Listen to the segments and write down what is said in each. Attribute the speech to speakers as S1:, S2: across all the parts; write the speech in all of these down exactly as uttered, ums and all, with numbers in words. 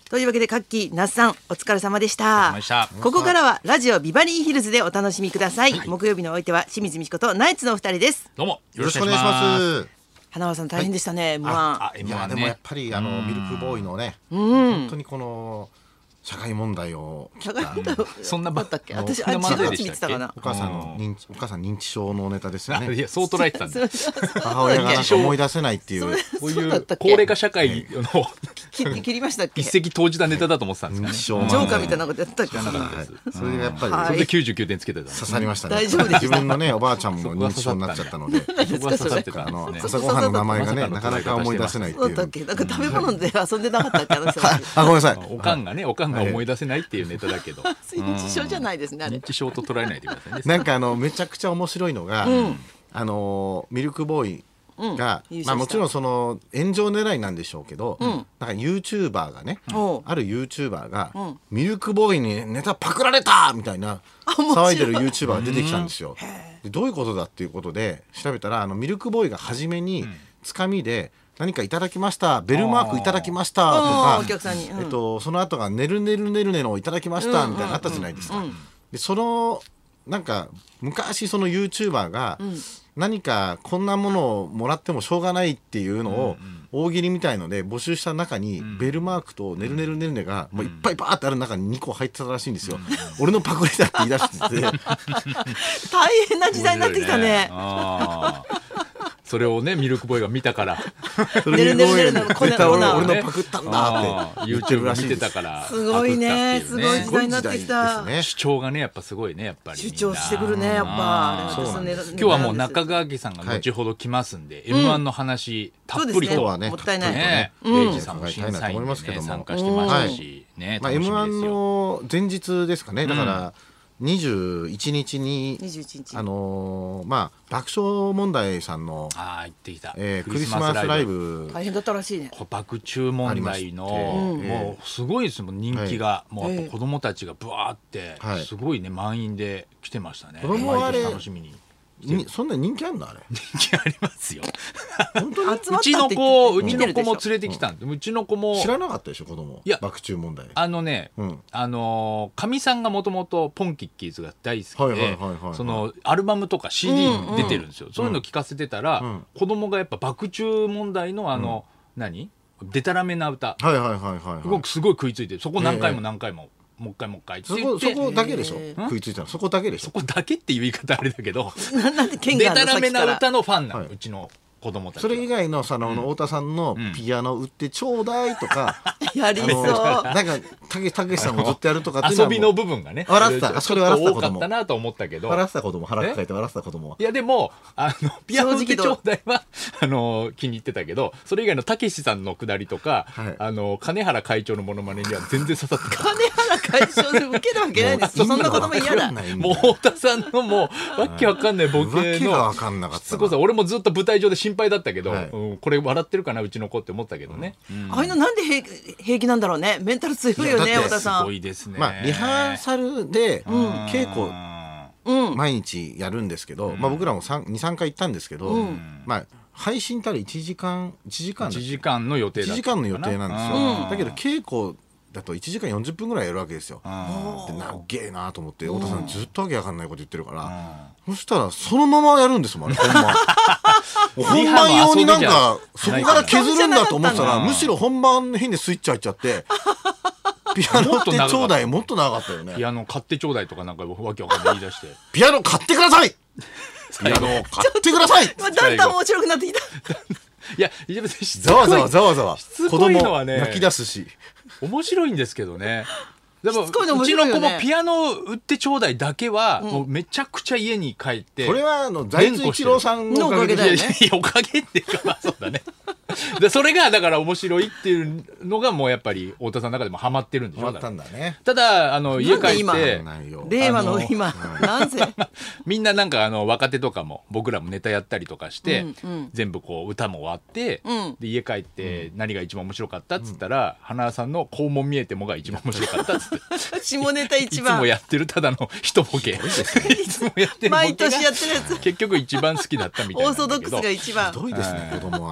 S1: というわけでカッキー那須さんお疲れ様でした。ここからはラジオビバリーヒルズでお楽しみください、はい、木曜日のお相手は清水美智子とナイツのお二人です。
S2: どうもよろしくお願いします。
S1: 花輪さん大変でしたね、はい、エムワン。
S3: ああいやでもやっぱりあのミルクボーイのね本当にこの社会問題を
S1: 社会問題を
S2: そんなば
S1: ったっけ。私あれ違うやつ見てたかな。
S3: お母さんの認知お母さん認知症のネタですよね。
S2: いやそう捉えてたんだ。
S3: 母親がなんか思い出せないっていう
S2: こういう高齢化社会の
S1: 切りましたっけ。
S2: 一石投じたネタだと思ってたんですよね。
S1: ジョーカーみたいなことやったっけ。
S3: それがやっぱり
S2: それできゅうじゅうきゅうてんつけてた。
S3: 刺さりましたね。
S1: 大丈夫です。
S3: 自分のねおばあちゃんも認知症になっちゃったのであの朝ごはんの名前がねなかなか思い出せないっていう。
S1: なんか食べ物で遊んでなかったっけ。
S3: あごめんなさい。
S2: おかんがねおかんが思い出せないっていうネタだけど
S1: 認知症じゃないですね。あれ
S2: 認知症と捉えないでくださいね。
S3: なんかあのめちゃくちゃ面白いのがあのミルクボーイが、うん、まあもちろんその炎上狙いなんでしょうけど、うん、なんか YouTuber がね、うん、ある YouTuber が、うん、ミルクボーイにネタパクられたみたいな騒いでる YouTuber が出てきたんですよ。でどういうことだっていうことで調べたらあのミルクボーイが初めにつかみで何かいただきましたベルマークいただきましたとか、えっとその後がねるねるねるねのいただきましたみたいなのあったじゃないですか。でそのなんか昔その YouTuber が何かこんなものをもらってもしょうがないっていうのを大喜利みたいので募集した中にベルマークとねるねるねるねがもういっぱいバーってある中ににこ入ってたらしいんですよ。俺のパクリだって言い出してて大
S1: 変な時代になってきたね。
S2: それをねミルクボーイが見たから
S1: ねるねるねるのこんな
S3: 俺のパクったんだって
S2: YouTube 見てたから
S1: すごいねすごい時代になってきた。
S2: 主張がねやっぱすごいねやっぱり
S1: 主張してくるねやっぱ。
S2: 今日はもう中川家さんが後ほど来ますんで エムワン の話たっぷりと
S1: もったいない
S2: ねレイジさんも審査員で参加してましたしね。
S3: エムワン の前日ですかね。だからにじゅういちにちにあのまあ爆笑問題さんの
S2: あ言ってきた、
S3: えー、クリスマスライブ
S1: 大変だったらしいね。
S2: 爆中問題のもうすごいですもん人気が、もうやっぱ子供たちがブワーってすごいね満員で来てましたね。
S3: 子供あれ
S2: 楽しみに
S3: そんな人気あるのあれ。
S2: 人気ありますよ。
S1: 本当に
S2: うちの子うちの子も連れてきたんで、うちの子も
S3: 知らなかったでしょ子供。いや爆中問題
S2: あのねあのかみさんがもともとポンキッキーズが大好きでそのアルバムとか シーディー 出てるんですよ。そういうの聞かせてたら子供がやっぱ爆中問題のあの何デタラメな歌すごい食いついてそこ何回も何回ももう一回もう一回って言って
S3: そこだけでしょ食いついたのそこだけでしょ。
S2: そこだけっていう言い方あれだけどデタラメな歌のファンなのうちの子供たち。
S3: それ以外のその太田さんのピアノ売ってちょうだいとか
S1: やりそう
S3: なんかたけたけしさんもずっとやるとかっていうのは
S2: 遊びの部分がね
S3: 笑ってた。それ笑ってた子供
S2: 多かったなと思ったけど
S3: 笑ってた子供腹抱えて笑ってた子供は。
S2: いやでもあのピアノ売ってちょうだいはあの気に入ってたけどそれ以外のたけしさんのくだりとかあの金原会長のモノマネには全然刺さってた。
S1: 金原会長で受けるわけないですよ。そんな子供嫌だ。
S2: もう太田さんのもうわけわかんないボケのすごさ俺もずっと舞台上で心配だったけどうん、これ笑ってるかなうちの子って思ったけどね、
S1: うん、ああいうのなんで平平気なんだろうね。メンタル強いよね太田さん。
S2: すごいですね。
S3: まあリハーサルで、うん、稽古、うん、毎日やるんですけど、うん、まあ僕らもにさんかい行ったんですけど、うん、まあ配信たらいちじかんいちじかん
S2: いちじかんの予定だった
S3: いちじかんの予定なんですよ。だけど稽古だといちじかんよんじゅっぷんぐらいやるわけですよ。でなっげえなと思って太田さんずっとわけわかんないこと言ってるからそしたらそのままやるんですもんね本番本番用になんかそこから削るんだと思ってたらむしろ本番の日にスイッチ入っちゃってピアノってちょうだいもっと長かったよね。
S2: ピアノ買ってちょうだいとかなんかわけわかんない言い出して
S3: ピアノ買ってくださいピアノ買ってください
S1: だんだん面白くなってきた。
S2: いや
S3: ざわざわざわざわ子供泣き出すし
S2: 面白いんですけどね。でもうちの子もピアノ売ってちょうだいだけはもうめちゃくちゃ家に帰って
S3: これはあの財津一郎さんのおかげだよね。
S2: いやおかげっていうかまあそうだねでそれがだから面白いっていうのがもうやっぱり太田さんの中でもハマってるんでしょ。
S3: ハマったんだね。
S2: ただあの家帰って
S1: 令和の今なんせ
S2: みんななんかあの若手とかも僕らもネタやったりとかして、うんうん、全部こう歌も終わって、うん、で家帰って何が一番面白かったっつったら、うん、花さんの肛門見えてもが一番面白かったっつって
S1: 下ネタ一番
S2: いつもやってるただの一ボケいつもやってるボケが
S1: 毎年やってるやつ
S2: 結局一番好きだったみたいな。
S1: オーソドックスが一番
S3: ひどいですね子供は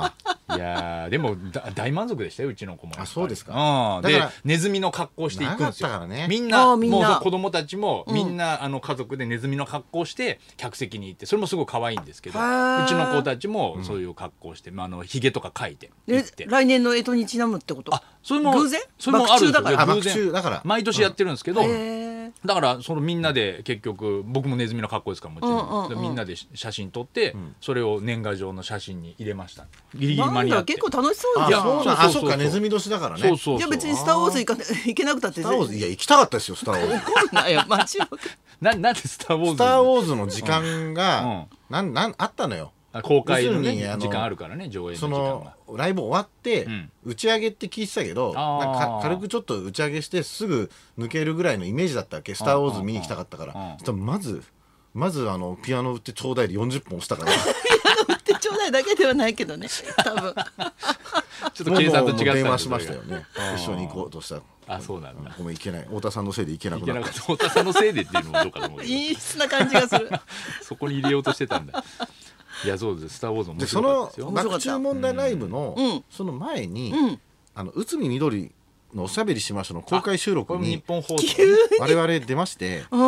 S2: いやでも大満足でしたようちの子も。
S3: あ、そうですか。
S2: うん、でネズミの格好していくんですよ。
S3: ね、
S2: みんなもう子供たちもみんな、うん、あの家族でネズミの格好して客席に行って、それもすごい可愛いんですけど、うちの子たちもそういう格好して、うん、まあ、あのひげとか描いて行って。
S1: 来年の干支にちなむってこと？
S2: あ、それも
S1: 偶然？
S2: それもあるんですよ。
S3: 偶然だから
S2: 毎年やってるんですけど、うん、だからそのみんなで結局僕もネズミの格好ですからもちろん、うんうんうん、みんなで写真撮って、うん、それを年賀状の写真に入れました。ギリギリ間に合って。
S1: 結構楽しそうじゃん。
S3: あ、そうか、ネズミ年だからね。
S1: そうそうそう。いや別にスターウォーズ行か行けなくたって。
S3: スターウォーズ、いや行きたかったですよ、スターウォーズ。
S1: 怒るなよ、マジ
S2: ななんでスターウォーズ？
S3: スターウォーズの時間が、うん、なんなんあったのよ。
S2: 公開の、ね、時間あるからね、上映の時間が。
S3: そのライブ終わって、うん、打ち上げって聞いてたけど、なんか軽くちょっと打ち上げしてすぐ抜けるぐらいのイメージだったわけ。スターウォーズ見に行きたかったから。そしたらまずまずあのピアノ売ってちょうだいでよんじゅっぽん押したから。ピ
S1: アノ売ってちょうだいだけではないけどね、多分。
S2: ちょっと計算と違ったんですよ。
S3: 電話しましたよね。一緒に行こうとしたら。
S2: あ、そうなんだ。
S3: ごめん、行けない。太田さんのせいで行けなくなった。
S2: 太田さんのせいでっていうのもどうかと思うけど。
S1: 陰湿な感じがする。
S2: そこに入れようとしてたんだ。いや、そうです。スターウォーズも面白かったですよ。
S3: その爆注問題ライブの、うん、その前に、うん、あの内海みどりのおしゃべりしましょうの公開収録に
S2: 日本放送
S3: 我々出まして、
S1: うん、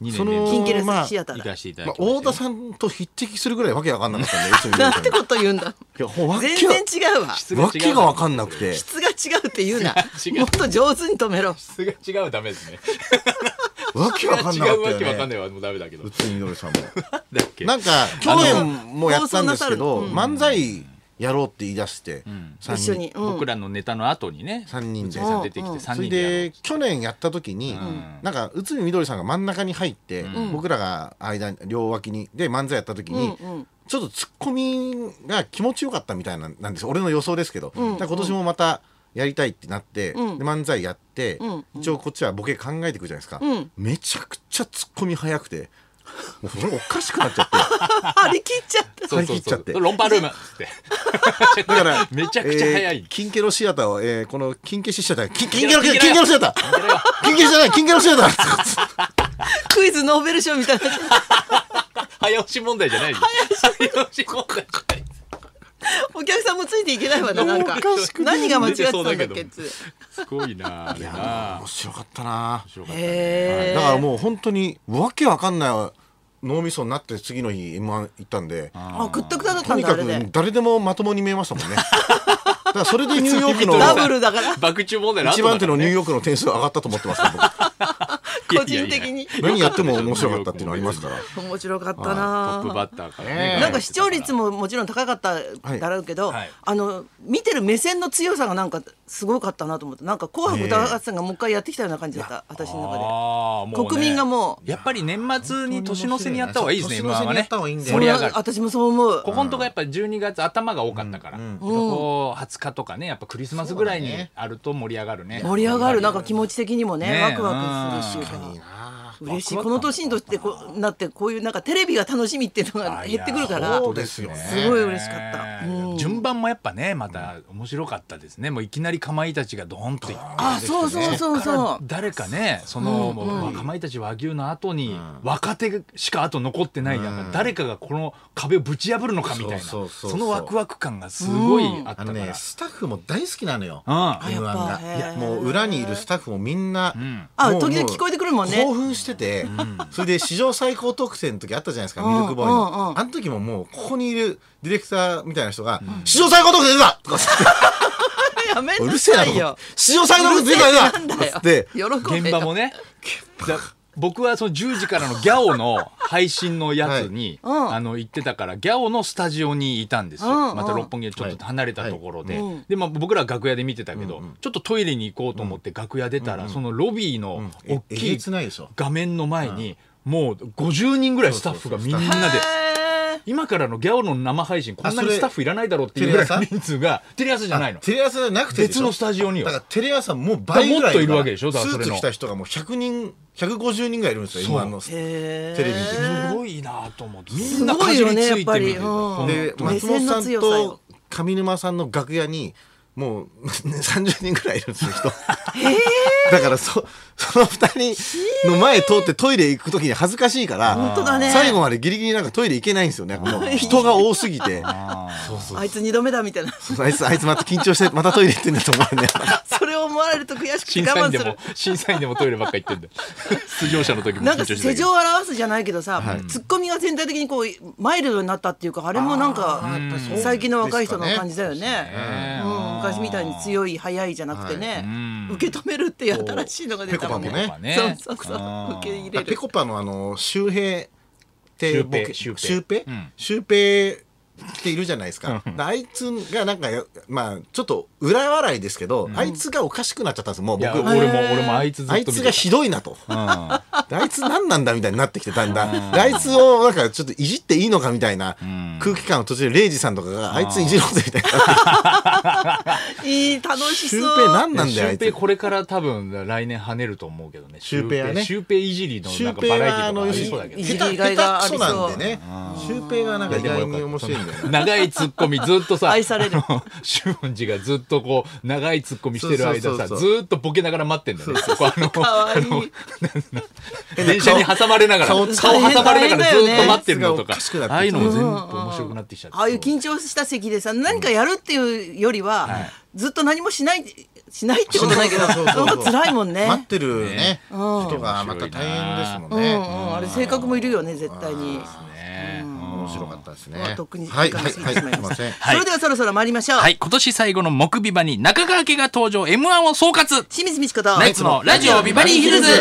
S1: そのキンケルスシアターだ、
S3: まあ、太田さんと匹敵するぐらいわけわかんなかったんで、内海みどり
S1: なんてこと言うんだ。いや全然違うわ。
S3: わけがわかんなくて、
S1: 質が違うって言うな。もっと上手に止めろ。
S2: 質が違うダメですね。
S3: わけわかんなかったよね。
S2: わけわかんないわ、もうダメだけど。
S3: 内海みどりさんもなんか去年もやったんですけど、漫才やろうって言い出して、
S1: うん、一緒に、
S2: うん、僕らのネタの後にね
S3: さんにんで
S2: 出てきてさんにんで、
S3: それで去年やった時に、うん、なんか内海みどりさんが真ん中に入って、うん、僕らが間両脇にで漫才やった時に、うんうん、ちょっとツッコミが気持ちよかったみたいななんです。俺の予想ですけど、うん、だから今年もまたやりたいってなって、うん、で漫才やって、うん、一応こっちはボケ考えていくじゃないですか、うん、めちゃくちゃツッコミ早くてもうそれおかしくなっちゃって
S1: 張り切っちゃった
S3: 張り切っちゃって
S2: ロンパルームって
S3: だから
S2: めちゃくちゃ早い、
S3: えー、キンケロシアターを、えー、このキンケシシアターキンケロキンケロシアターキンケロじゃないキンケロシアター
S1: クイズノーベル賞みたいな
S2: 早押し問題じゃない早押し問題じゃない
S1: お客さんもついていけないわね。なんか何が間違ってたんだっけって。
S2: すごいな。
S3: いや面白かったな。
S2: 面白かったね。
S3: だからもう本当にわけわかんない脳みそになって次の日 エムワン 行ったんで、
S1: あ、ぐったぐただったんだ。
S3: とにかく誰でもまともに見えましたもんね。だからそれでニューヨークの
S1: ダブルだから
S2: 爆注問題
S3: 一番手のニューヨークの点数上がったと思ってますよ。
S1: 個人的に
S3: 何やっても面白かったっていうのありますから。
S1: 面白かったな。
S2: トップバッターからね。
S1: なんか視聴率ももちろん高かっただろうけど、はい、あの見てる目線の強さがなんかすごかったなと思って、なんか紅白歌合戦がもう一回やってきたような感じだった、私の中で。ね、国民がも
S2: うやっぱり年末に年の瀬にやった方がいいですね。今はね。
S1: 盛り上がる。私もそう思う。
S2: ここのとこやっぱりじゅうにがつ頭が多かったから、うんうん、こうはつかとかね、やっぱクリスマスぐらいにあると盛り上がるね。
S1: 盛り上がる、なんか気持ち的にもね、ワクワクするし。嬉しい。この年にとってこうなってこういうなんかテレビが楽しみっていうのが減ってくるから
S3: そうですよね、
S1: すごい嬉しかった、
S2: うん、順番もやっぱねまた面白かったですね。もういきなりかまいたちがドーンといって、
S1: あ、そうそうそうそう、
S2: 誰かねその、うんうん、かまいたち和牛の後に、うん、若手しかあと残ってない、うん、誰かがこの壁をぶち破るのかみたいな、そのワクワク感がすごいあったから、うん、あのね、
S3: スタッフも大好きなのよ、
S2: うん、
S3: エムワン が。いやもう裏にいるスタッフもみんな、うん、
S1: あ、時々聞こえてくるもんね、
S3: 興奮してて、うん、それで史上最高得点の時あったじゃないですか、ミルクボーイの、うんうん、あの時ももうここにいるディレクターみたいな人が、うん、史上最高得点出たとか
S1: やめなさいよ、
S3: うるせえな、史上最高得点出た出たって
S2: 現場もね僕はそのじゅうじからのギャオの配信のやつに、はい、あの行ってたからギャオのスタジオにいたんですよ、うん、また六本木でちょっと離れたところで、はいはい、で、まあ、僕らは楽屋で見てたけど、うん、ちょっとトイレに行こうと思って楽屋出たら、うん、そのロビーの大きい画面の前にもうごじゅうにんぐらいスタッフがみんなで、今からのギャオの生配信こんなにスタッフいらないだろうっていうぐらいの人数がテレ朝じゃないの、
S3: テレ朝じゃなくて
S2: 別のスタジオによ、
S3: だからテレ朝もう倍ぐらい
S2: もっといるわけでしょ、だからそれの
S3: スーツ着た人がもうひゃくにんひゃくごじゅうにんぐらいいるんですよ今のテレビ見て。
S2: すごいなと思ってみんなかじりついて見てる、
S3: で松本さんと上沼さんの楽屋にもうさんじゅうにんぐらいいるんですよ人だから そ, そのふたりの前通ってトイレ行く時に恥ずかしいから、
S1: 本当だね、
S3: 最後までギリギリなんかトイレ行けないんですよね。もう人が多すぎて
S1: そうそう、あいつにどめだみたいな
S3: あいつあいつまた緊張してまたトイレ行ってんだと思うね
S1: それを思われると悔しくて我慢する。
S2: 審査員でもトイレばっかり行ってんだ出場者の時も
S1: なんか世情を表すじゃないけどさ、はい、ツッコミが全体的にこうマイルドになったっていうか、あれもなんか最近の若い人の感じだよね。うん、昔みたいに強い速いじゃなくてね、はい、受け止めるっていう新しいのが出たもんね。
S3: ペコパも
S1: ね、そうそうそう、受け入れる。
S3: ペコパのあの周平って僕
S2: シュウ
S3: ペイシュウペイっているじゃないですか。あいつがなんかまあちょっと裏笑いですけど、うん、あいつがおかしくなっちゃったんです。もう僕
S2: 俺も俺もあいつずっと
S3: あいつがひどいなと、うん、あいつ何なんだみたいになってきてだんだん、うん、あいつをなんかちょっといじっていいのかみたいな空気感を途中でレイジさんとかがあいついじろうぜみたい
S1: ないい楽しそう。
S3: シュウペイ何なんだよあいつ。
S2: シュウペイこれから多分来年跳ねると思うけどね。
S3: シュウペイはね、
S2: シュウペイいじりのなんかバラエティーとかありそうだけど、
S1: いじりがいがありそう
S3: なんでね。シュウペイがなんか意外に面白いんだよね。
S2: 長いツッコミずっとさ
S1: 愛される
S2: シュウンジがずっとこう長いツッコミしてる間さ、ずっとボケながら待ってんだよね。そこあの
S1: かわいい
S2: 電車に挟まれながら顔挟まれながらずっと待ってるのとか、ああいうのも全部面白くなってきちゃって、
S1: ああいう緊張した席でさ何かやるっていうよりは、ずっと何もしないしないってことないけど、その辛いもんね。
S3: 待ってるね人がまた大変ですもんね。
S1: あれ性格もいるよね絶対に。
S3: 面白かったですね。
S1: 特に時間が過ぎてしまいました。
S3: はい、
S1: それではそろそろ参りましょう。
S2: はい、今年最後の木ビバに中川家が登場。 エムワン を総括。
S1: 清水美智子と
S2: ナイツのラジオビバリーヒルズ。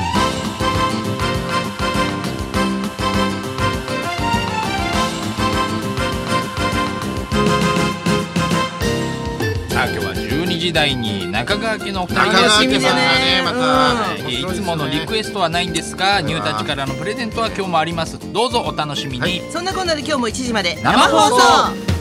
S2: さあ今日はじゅうにじ台に中川家のふたり
S3: 楽しみだね。また
S2: いつものリクエストはないんですが、ニュータッチからのプレゼントは今日もあります。どうぞお楽しみに。
S1: そんなこんなで今日もいちじまで
S2: 生放送。